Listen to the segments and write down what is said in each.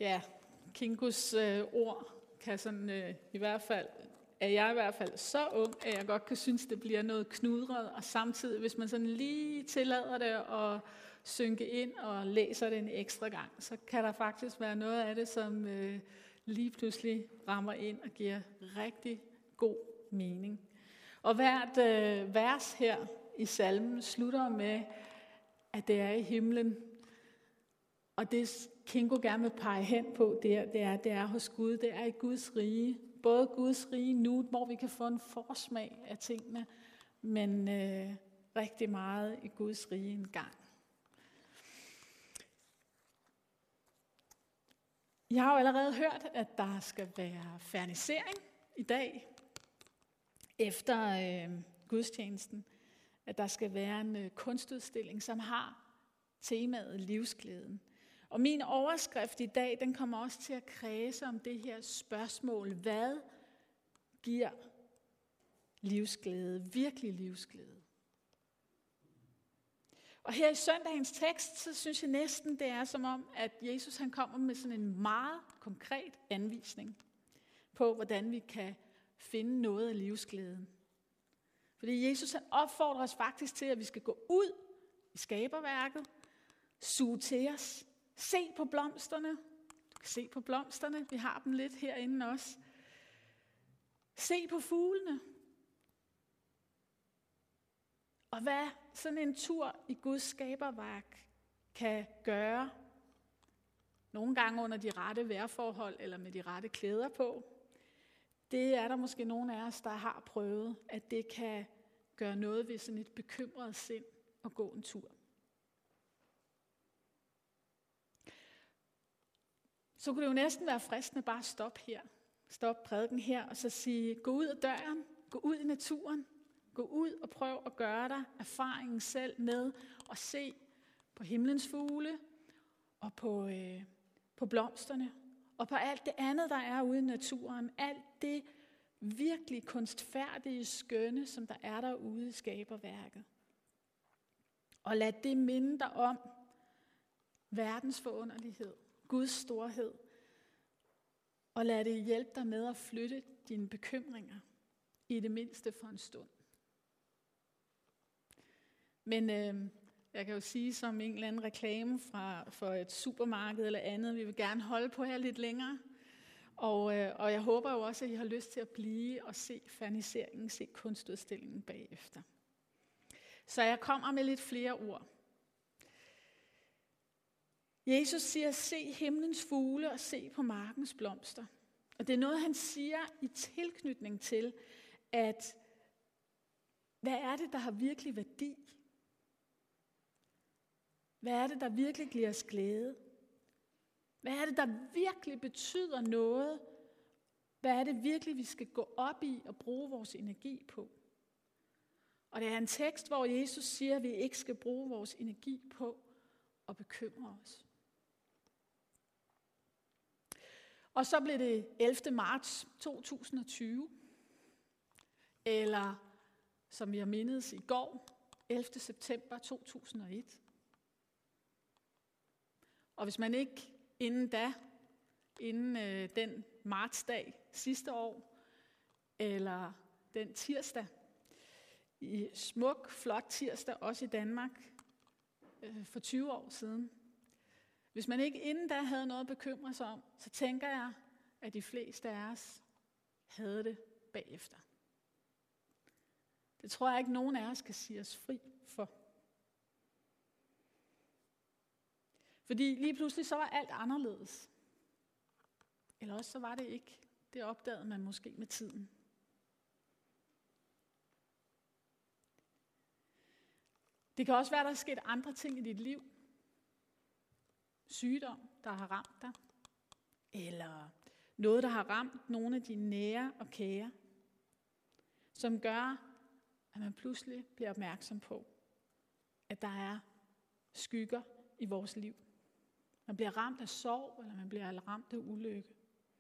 Ja, Kingos ord kan sådan i hvert fald, er jeg i hvert fald så ung, at jeg godt kan synes, det bliver noget knudret, og samtidig, hvis man sådan lige tillader det at synke ind og læser det en ekstra gang, så kan der faktisk være noget af det, som lige pludselig rammer ind og giver rigtig god mening. Og hvert vers her i salmen slutter med, at det er i himlen. Og det Kingo gerne vil pege hen på, det er hos Gud, det er i Guds rige. Både Guds rige nu, hvor vi kan få en forsmag af tingene, men rigtig meget i Guds rige engang. Jeg har jo allerede hørt, at der skal være fernisering i dag, efter gudstjenesten. At der skal være en kunstudstilling, som har temaet livsglæden. Og min overskrift i dag, den kommer også til at kredse om det her spørgsmål. Hvad giver livsglæde, virkelig livsglæde? Og her i søndagens tekst, så synes jeg næsten, det er som om, at Jesus han kommer med sådan en meget konkret anvisning på, hvordan vi kan finde noget af livsglæden. Fordi Jesus han opfordrer os faktisk til, at vi skal gå ud i skaberværket, suge til os, se på blomsterne. Du kan se på blomsterne, vi har dem lidt herinde også. Se på fuglene. Og hvad sådan en tur i Guds skaberværk kan gøre, nogle gange under de rette vejrforhold eller med de rette klæder på, det er der måske nogle af os, der har prøvet, at det kan gøre noget ved sådan et bekymret sind at gå en tur. Så kunne det jo næsten være fristende bare at stoppe her. Stop prædiken her og så sige, gå ud af døren, gå ud i naturen, gå ud og prøv at gøre dig erfaringen selv med at se på himlens fugle og på blomsterne og på alt det andet, der er ude i naturen. Alt det virkelig kunstfærdige skønne, som der er derude i skaberværket. Og lad det minde dig om verdens forunderlighed, Guds storhed. Og lad det hjælpe dig med at flytte dine bekymringer, i det mindste for en stund. Men jeg kan jo sige som en eller anden reklame for et supermarked eller andet, vi vil gerne holde på her lidt længere. Og jeg håber jo også, at I har lyst til at blive og se ferniseringen, se kunstudstillingen bagefter. Så jeg kommer med lidt flere ord. Jesus siger, se himlens fugle og se på markens blomster. Og det er noget, han siger i tilknytning til, at hvad er det, der har virkelig værdi? Hvad er det, der virkelig giver os glæde? Hvad er det, der virkelig betyder noget? Hvad er det virkelig, vi skal gå op i og bruge vores energi på? Og det er en tekst, hvor Jesus siger, at vi ikke skal bruge vores energi på at bekymre os. Og så blev det 11. marts 2020, eller som vi har mindedes i går, 11. september 2001. Og hvis man ikke inden den martsdag sidste år, eller den tirsdag, i smuk, flot tirsdag, også i Danmark, for 20 år siden. Hvis man ikke inden da havde noget at bekymre sig om, så tænker jeg, at de fleste af os havde det bagefter. Det tror jeg ikke, nogen af os kan sige os fri for. Fordi lige pludselig så var alt anderledes. Eller også så var det ikke. Det opdagede man måske med tiden. Det kan også være, der er sket andre ting i dit liv. Sygdom, der har ramt dig. Eller noget, der har ramt nogle af dine nære og kære. Som gør, at man pludselig bliver opmærksom på, at der er skygger i vores liv. Man bliver ramt af sorg, eller man bliver ramt af ulykke.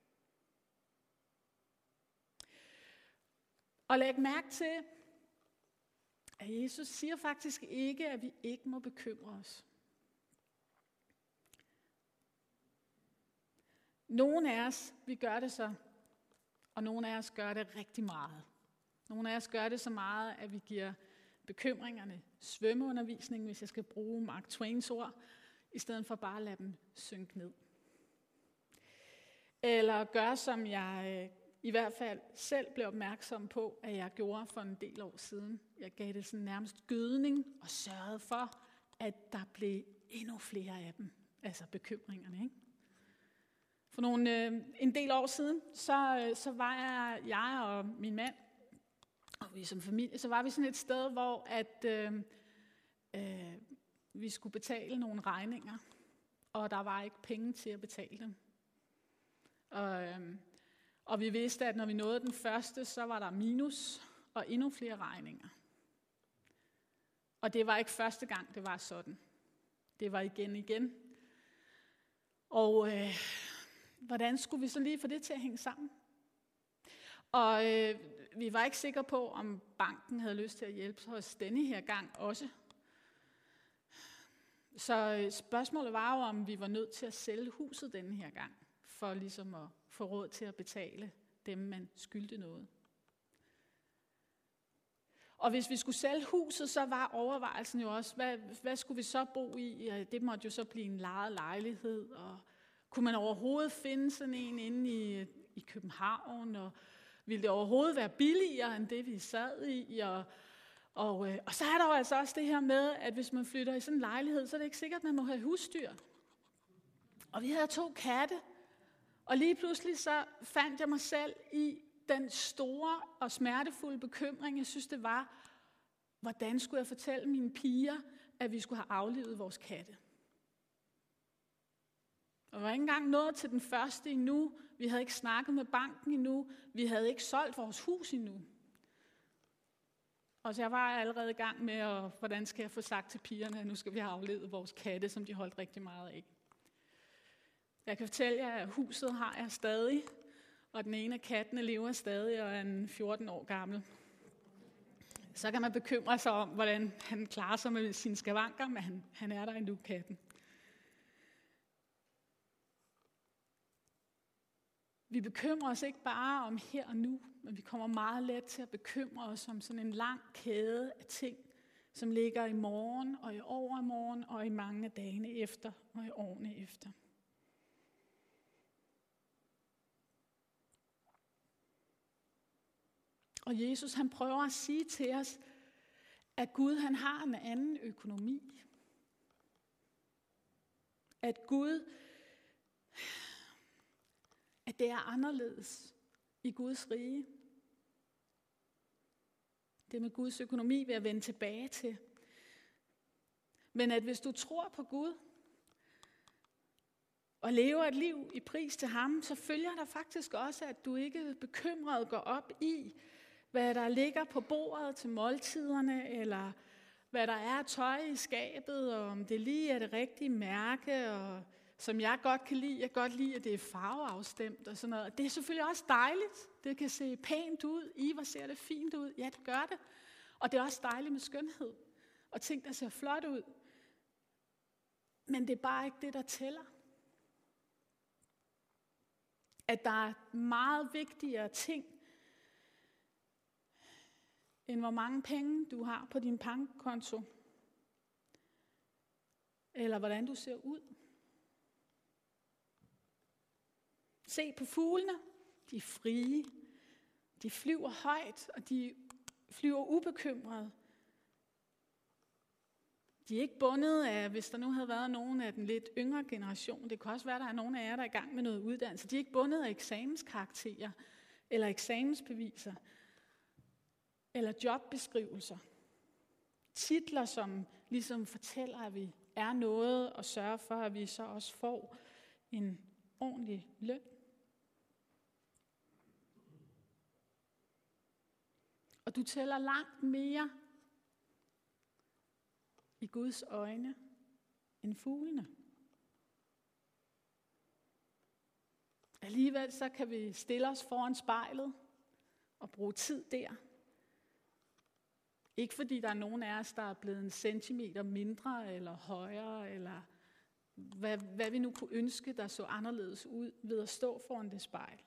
Og læg mærke til, at Jesus siger faktisk ikke, at vi ikke må bekymre os. Nogle af os, vi gør det så, og nogle af os gør det rigtig meget. Nogle af os gør det så meget, at vi giver bekymringerne svømmeundervisning, hvis jeg skal bruge Mark Twains ord, i stedet for bare at lade dem synke ned. Eller gør, som jeg i hvert fald selv blev opmærksom på, at jeg gjorde for en del år siden. Jeg gav det sådan nærmest gødning og sørgede for, at der blev endnu flere af dem, altså bekymringerne, ikke? For en del år siden, så var jeg og min mand, og vi som familie, så var vi sådan et sted, hvor vi skulle betale nogle regninger, og der var ikke penge til at betale dem. Og vi vidste, at når vi nåede den første, så var der minus og endnu flere regninger. Og det var ikke første gang, det var sådan. Det var igen. Og hvordan skulle vi så lige få det til at hænge sammen? Og vi var ikke sikre på, om banken havde lyst til at hjælpe os denne her gang også. Så spørgsmålet var jo, om vi var nødt til at sælge huset denne her gang, for ligesom at få råd til at betale dem, man skyldte noget. Og hvis vi skulle sælge huset, så var overvejelsen jo også, hvad skulle vi så bo i? Det måtte jo så blive en lejet lejlighed, og kunne man overhovedet finde sådan en inde i København, og ville det overhovedet være billigere end det, vi sad i? Og så er der jo altså også det her med, at hvis man flytter i sådan en lejlighed, så er det ikke sikkert, at man må have husdyr. Og vi havde 2 katte, og lige pludselig så fandt jeg mig selv i den store og smertefulde bekymring, jeg synes det var, hvordan skulle jeg fortælle mine piger, at vi skulle have aflivet vores katte. Og vi var ikke engang nået til den første endnu. Vi havde ikke snakket med banken endnu. Vi havde ikke solgt vores hus endnu. Og så jeg var allerede i gang med, hvordan skal jeg få sagt til pigerne, at nu skal vi have aflevet vores katte, som de holdt rigtig meget af. Jeg kan fortælle jer, at huset har jeg stadig, og den ene af kattene lever stadig og er 14 år gammel. Så kan man bekymre sig om, hvordan han klarer sig med sine skavanker, men han er der endnu, katten. Vi bekymrer os ikke bare om her og nu, men vi kommer meget let til at bekymre os om sådan en lang kæde af ting, som ligger i morgen og i overmorgen og i mange af dagene efter og i årene efter. Og Jesus, han prøver at sige til os, at Gud, han har en anden økonomi. At det er anderledes i Guds rige. Det med Guds økonomi vil jeg vende tilbage til. Men at hvis du tror på Gud, og lever et liv i pris til ham, så følger der faktisk også, at du ikke bekymret går op i, hvad der ligger på bordet til måltiderne, eller hvad der er tøj i skabet, og om det lige er det rigtige mærke, og som jeg godt kan lide. Jeg kan godt lide, at det er farveafstemt og sådan noget. Det er selvfølgelig også dejligt. Det kan se pænt ud. Hvor ser det fint ud? Ja, det gør det. Og det er også dejligt med skønhed. Og ting, der ser flot ud. Men det er bare ikke det, der tæller. At der er meget vigtigere ting, end hvor mange penge du har på din bankkonto. Eller hvordan du ser ud. Se på fuglene. De er frie. De flyver højt, og de flyver ubekymret. De er ikke bundet af, hvis der nu havde været nogen af den lidt yngre generation. Det kan også være, at der er nogen af jer, der er i gang med noget uddannelse. De er ikke bundet af eksamenskarakterer eller eksamensbeviser eller jobbeskrivelser. Titler, som ligesom fortæller, at vi er noget, og sørger for, at vi så også får en ordentlig løn. Og du tæller langt mere i Guds øjne end fuglene. Alligevel så kan vi stille os foran spejlet og bruge tid der. Ikke fordi der er nogen af os, der er blevet en centimeter mindre eller højere eller hvad vi nu kunne ønske, der så anderledes ud ved at stå foran det spejl.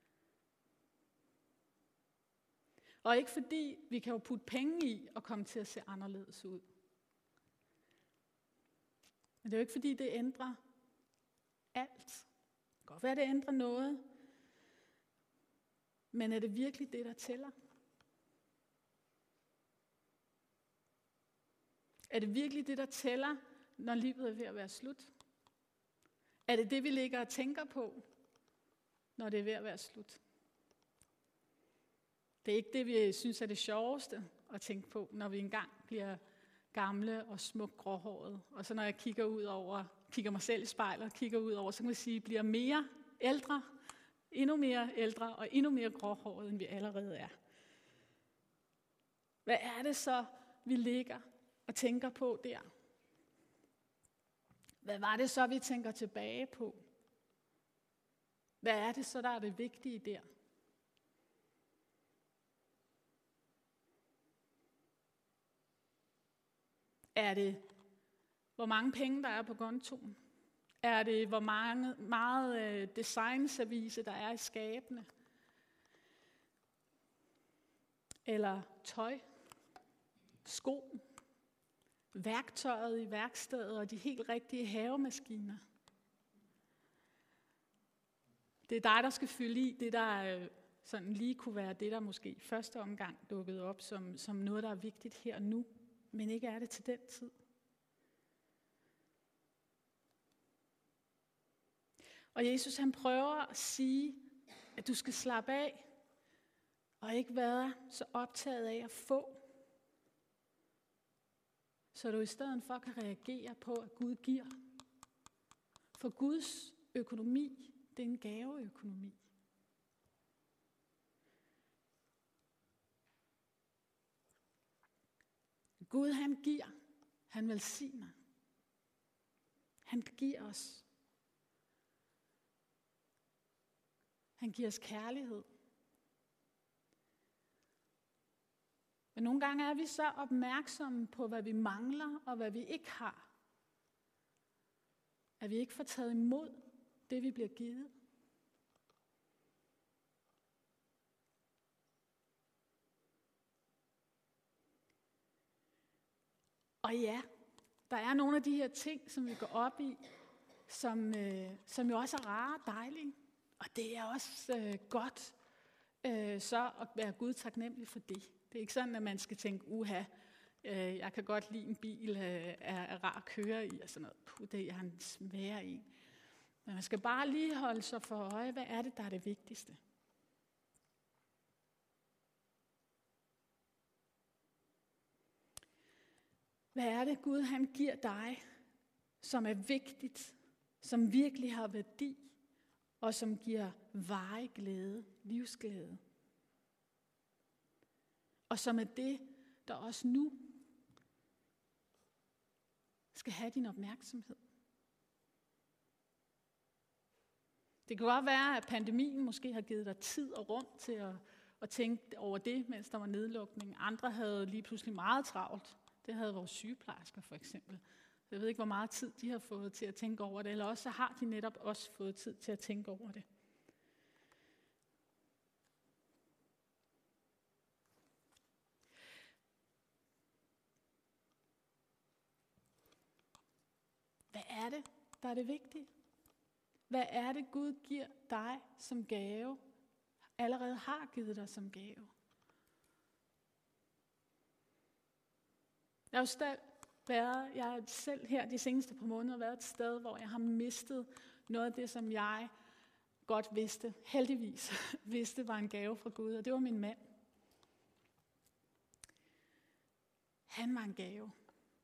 Og ikke fordi vi kan jo putte penge i og komme til at se anderledes ud. Men det er jo ikke fordi det ændrer alt. Det kan godt være, det ændrer noget. Men er det virkelig det, der tæller? Er det virkelig det, der tæller, når livet er ved at være slut? Er det det, vi ligger og tænker på, når det er ved at være slut? Det er ikke det, vi synes er det sjoveste at tænke på, når vi engang bliver gamle og smukt gråhåret. Og så når jeg kigger mig selv i spejlet og kigger ud over, så kan man sige, bliver mere ældre, endnu mere ældre og endnu mere gråhåret, end vi allerede er. Hvad er det så, vi ligger og tænker på der? Hvad var det så, vi tænker tilbage på? Hvad er det så, der er det vigtige der? Er det, hvor mange penge der er på kontoen? Er det, hvor meget designservice der er i skabene? Eller tøj, sko, værktøjet i værkstedet og de helt rigtige havemaskiner? Det er dig, der skal fylde i det, der sådan lige kunne være det, der måske i første omgang dukkede op som noget, der er vigtigt her og nu, men ikke er det til den tid. Og Jesus han prøver at sige, at du skal slappe af, og ikke være så optaget af at få, så du i stedet for kan reagere på, at Gud giver. For Guds økonomi, det er en gaveøkonomi. Gud han giver, han velsigner. Han giver os. Han giver os kærlighed. Men nogle gange er vi så opmærksomme på, hvad vi mangler og hvad vi ikke har. At vi ikke får taget imod det, vi bliver givet. Og ja, der er nogle af de her ting, som vi går op i, som jo også er rare og dejlige. Og det er også godt så at være Gud taknemmelig for det. Det er ikke sådan, at man skal tænke, jeg kan godt lide en bil, er rar at køre i, og sådan noget. Det er en svær en. Men man skal bare lige holde sig for øje, hvad er det, der er det vigtigste. Hvad er det, Gud han giver dig, som er vigtigt, som virkelig har værdi, og som giver varig glæde, livsglæde? Og som er det, der også nu skal have din opmærksomhed. Det kan godt være, at pandemien måske har givet dig tid og rum til at tænke over det, mens der var nedlukning. Andre havde lige pludselig meget travlt. Det havde vores sygeplejersker for eksempel. Jeg ved ikke, hvor meget tid de har fået til at tænke over det, eller også så har de netop også fået tid til at tænke over det. Hvad er det, der er det vigtige? Hvad er det, Gud giver dig som gave, allerede har givet dig som gave? Jeg har selv her de seneste par måneder været et sted, hvor jeg har mistet noget af det, som jeg godt vidste, heldigvis vidste var en gave fra Gud, og det var min mand. Han var en gave.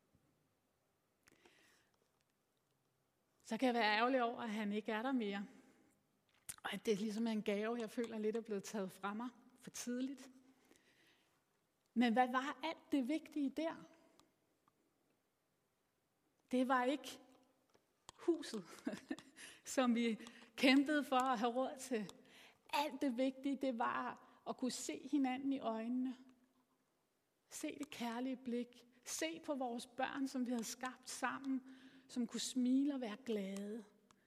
Så kan jeg være ærgerlig over, at han ikke er der mere. Og at det ligesom er en gave, jeg føler lidt er blevet taget fra mig for tidligt. Men hvad var alt det vigtige der? Det var ikke huset, som vi kæmpede for at have råd til. Alt det vigtige, det var at kunne se hinanden i øjnene. Se det kærlige blik. Se på vores børn, som vi havde skabt sammen. som kunne smile og være glade.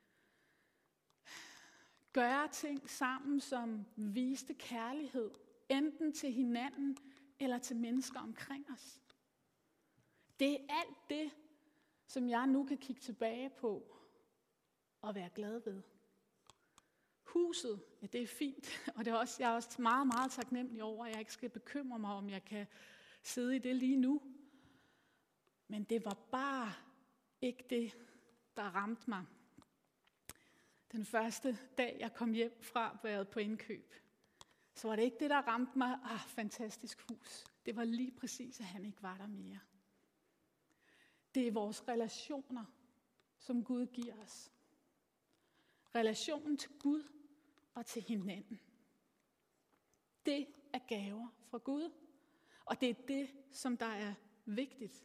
Gøre ting sammen, som viste kærlighed, enten til hinanden eller til mennesker omkring os. Det er alt det, som jeg nu kan kigge tilbage på og være glad ved. Huset, ja, det er fint, og jeg er også meget, meget taknemmelig over, at jeg ikke skal bekymre mig, om jeg kan sidde i det lige nu. Men det var bare ikke det, der ramte mig. Den første dag, jeg kom hjem fra været på indkøb, så var det ikke det, der ramte mig. Fantastisk hus. Det var lige præcis, at han ikke var der mere. Det er vores relationer, som Gud giver os. Relationen til Gud og til hinanden. Det er gaver fra Gud, og det er det, som der er vigtigt.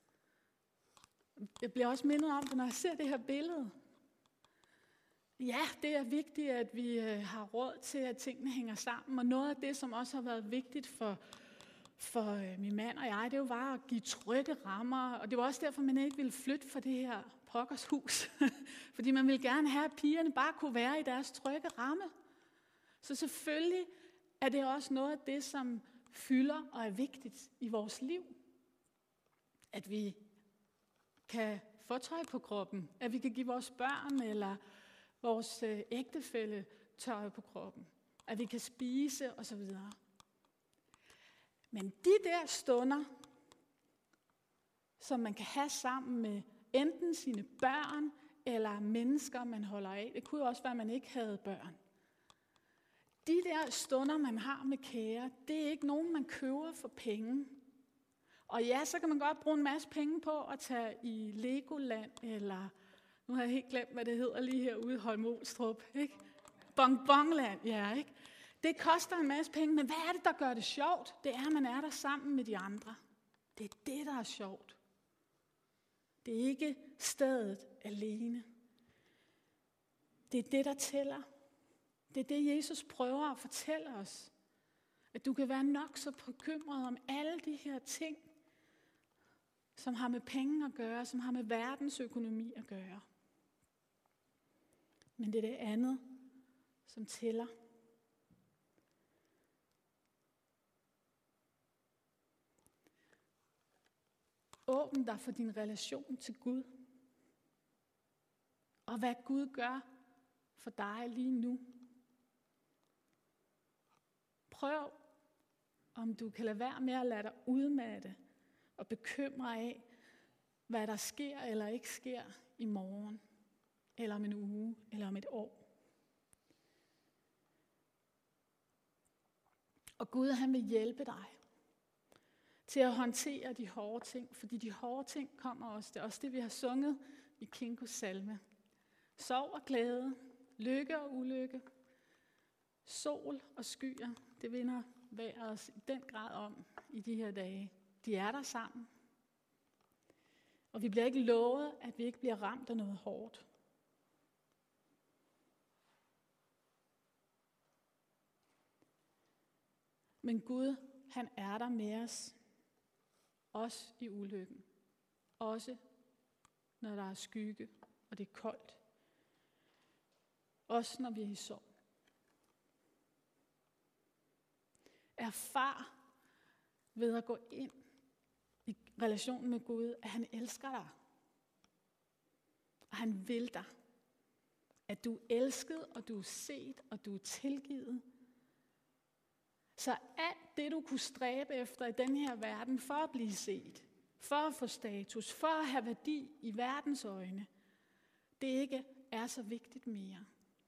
Jeg bliver også mindet om det, når jeg ser det her billede. Ja, det er vigtigt, at vi har råd til, at tingene hænger sammen. Og noget af det, som også har været vigtigt for min mand og jeg, det var at give trygge rammer. Og det var også derfor, man ikke ville flytte fra det her pokkers hus. Fordi man ville gerne have, at pigerne bare kunne være i deres trygge ramme. Så selvfølgelig er det også noget af det, som fylder og er vigtigt i vores liv. At vi kan få tøj på kroppen. At vi kan give vores børn eller vores ægtefælle tøj på kroppen. At vi kan spise osv. Men de der stunder, som man kan have sammen med enten sine børn eller mennesker, man holder af. Det kunne jo også være, at man ikke havde børn. De der stunder, man har med kære, det er ikke nogen, man køber for penge. Og ja, så kan man godt bruge en masse penge på at tage i Legoland, eller nu har jeg helt glemt, hvad det hedder lige herude i Holme-Olstrup, ikke? Bonbonland, ja, ikke? Det koster en masse penge, men hvad er det, der gør det sjovt? Det er, at man er der sammen med de andre. Det er det, der er sjovt. Det er ikke stedet alene. Det er det, der tæller. Det er det, Jesus prøver at fortælle os. At du kan være nok så bekymret om alle de her ting, som har med penge at gøre, som har med verdensøkonomi at gøre. Men det er det andet, som tæller. Åbn dig for din relation til Gud. Og hvad Gud gør for dig lige nu. Prøv, om du kan lade være med at lade dig udmatte og bekymre af, hvad der sker eller ikke sker i morgen, eller om en uge, eller om et år. Og Gud, han vil hjælpe dig til at håndtere de hårde ting, fordi de hårde ting kommer også. Det er også det, vi har sunget i Kinkos salme. Sorg og glæde, lykke og ulykke, sol og skyer, det vinder vejret os i den grad om i de her dage. De er der sammen. Og vi bliver ikke lovet, at vi ikke bliver ramt af noget hårdt. Men Gud, han er der med os. Også i ulykken. Også når der er skygge, og det er koldt. Også når vi er i sorg. Erfar ved at gå ind i relationen med Gud, at han elsker dig. Og han vil dig. At du er elsket, og du er set, og du er tilgivet. Så alt det, du kunne stræbe efter i den her verden, for at blive set, for at få status, for at have værdi i verdens øjne, det ikke er så vigtigt mere.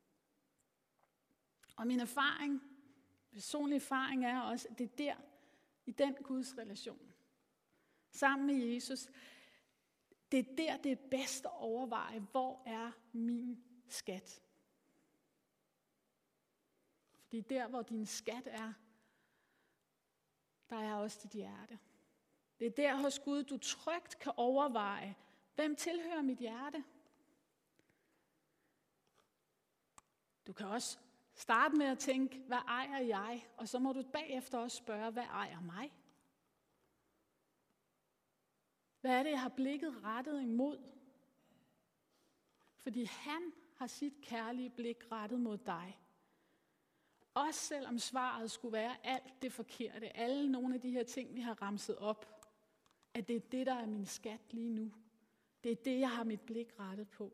Og min erfaring, personlig erfaring er også, at det er der, i den Guds relation, sammen med Jesus, det er der, det er bedst at overveje, hvor er min skat? Fordi der, hvor din skat er, der er også dit hjerte. Det er der hos Gud, du trygt kan overveje, hvem tilhører mit hjerte? Du kan også starte med at tænke, hvad ejer jeg? Og så må du bagefter også spørge, hvad ejer mig? Hvad er det, jeg har blikket rettet imod? Fordi han har sit kærlige blik rettet mod dig. Også selvom svaret skulle være alt det forkerte, alle nogle af de her ting, vi har ramset op, at det er det, der er min skat lige nu. Det er det, jeg har mit blik rettet på.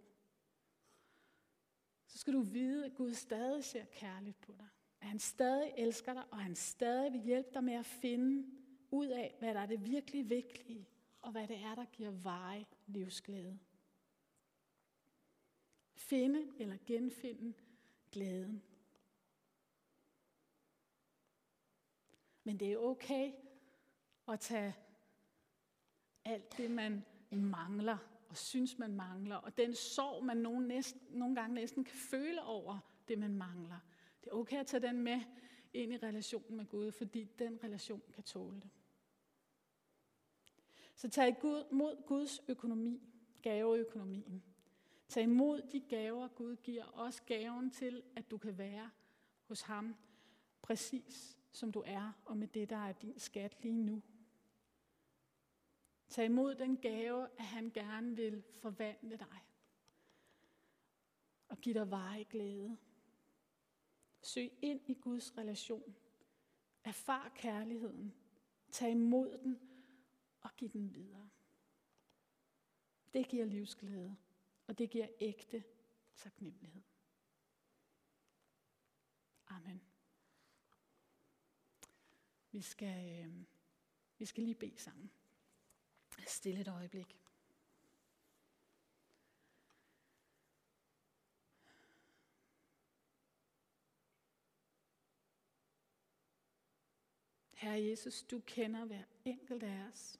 Så skal du vide, at Gud stadig ser kærligt på dig. At han stadig elsker dig, og han stadig vil hjælpe dig med at finde ud af, hvad der er det virkelig vigtige, og hvad det er, der giver varig livsglæde. Finde eller genfinde glæden. Men det er okay at tage alt det, man mangler, og synes, man mangler, og den sorg, man nogle gange næsten kan føle over det, man mangler. Det er okay at tage den med ind i relationen med Gud, fordi den relation kan tåle det. Så tag mod Guds økonomi, gaveøkonomien. Tag imod de gaver, Gud giver, også gaven til, at du kan være hos ham, præcis som du er, og med det, der er din skat lige nu. Tag imod den gave, at han gerne vil forvandle dig og give dig varig glæde. Søg ind i Guds relation. Erfar kærligheden. Tag imod den og giv den videre. Det giver livsglæde, og det giver ægte taknemmelighed. Amen. Vi skal lige bede sammen. Stille et øjeblik. Herre Jesus, du kender hver enkelt af os.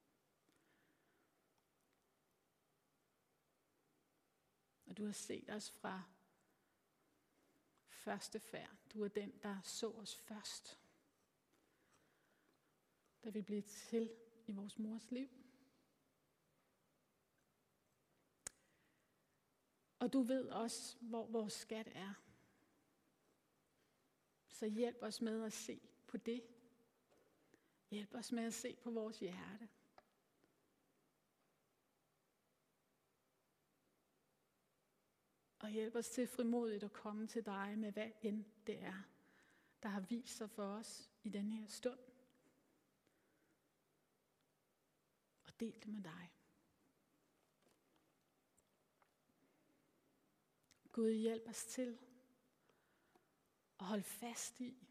Og du har set os fra første færd. Du er den, der så os først, da vi blev til i vores mors liv. Og du ved også, hvor vores skat er. Så hjælp os med at se på det. Hjælp os med at se på vores hjerte. Og hjælp os til frimodigt at komme til dig med, hvad end det er, der har vist sig for os i den her stund. Og del det med dig. Gud, hjælp os til at holde fast i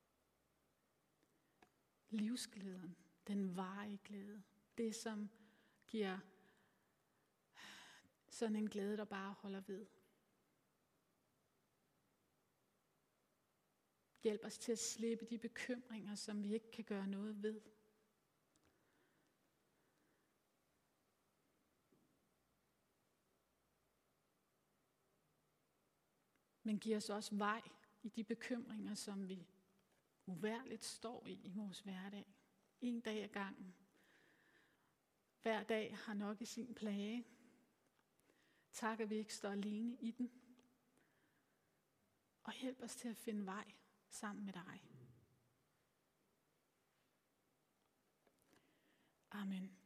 livsglæden, den varige glæde. Det, som giver sådan en glæde, der bare holder ved. Hjælp os til at slippe de bekymringer, som vi ikke kan gøre noget ved. Men giv os også vej i de bekymringer, som vi uværligt står i vores hverdag. En dag ad gangen. Hver dag har nok i sin plage. Tak, at vi ikke står alene i den. Og hjælp os til at finde vej sammen med dig. Amen.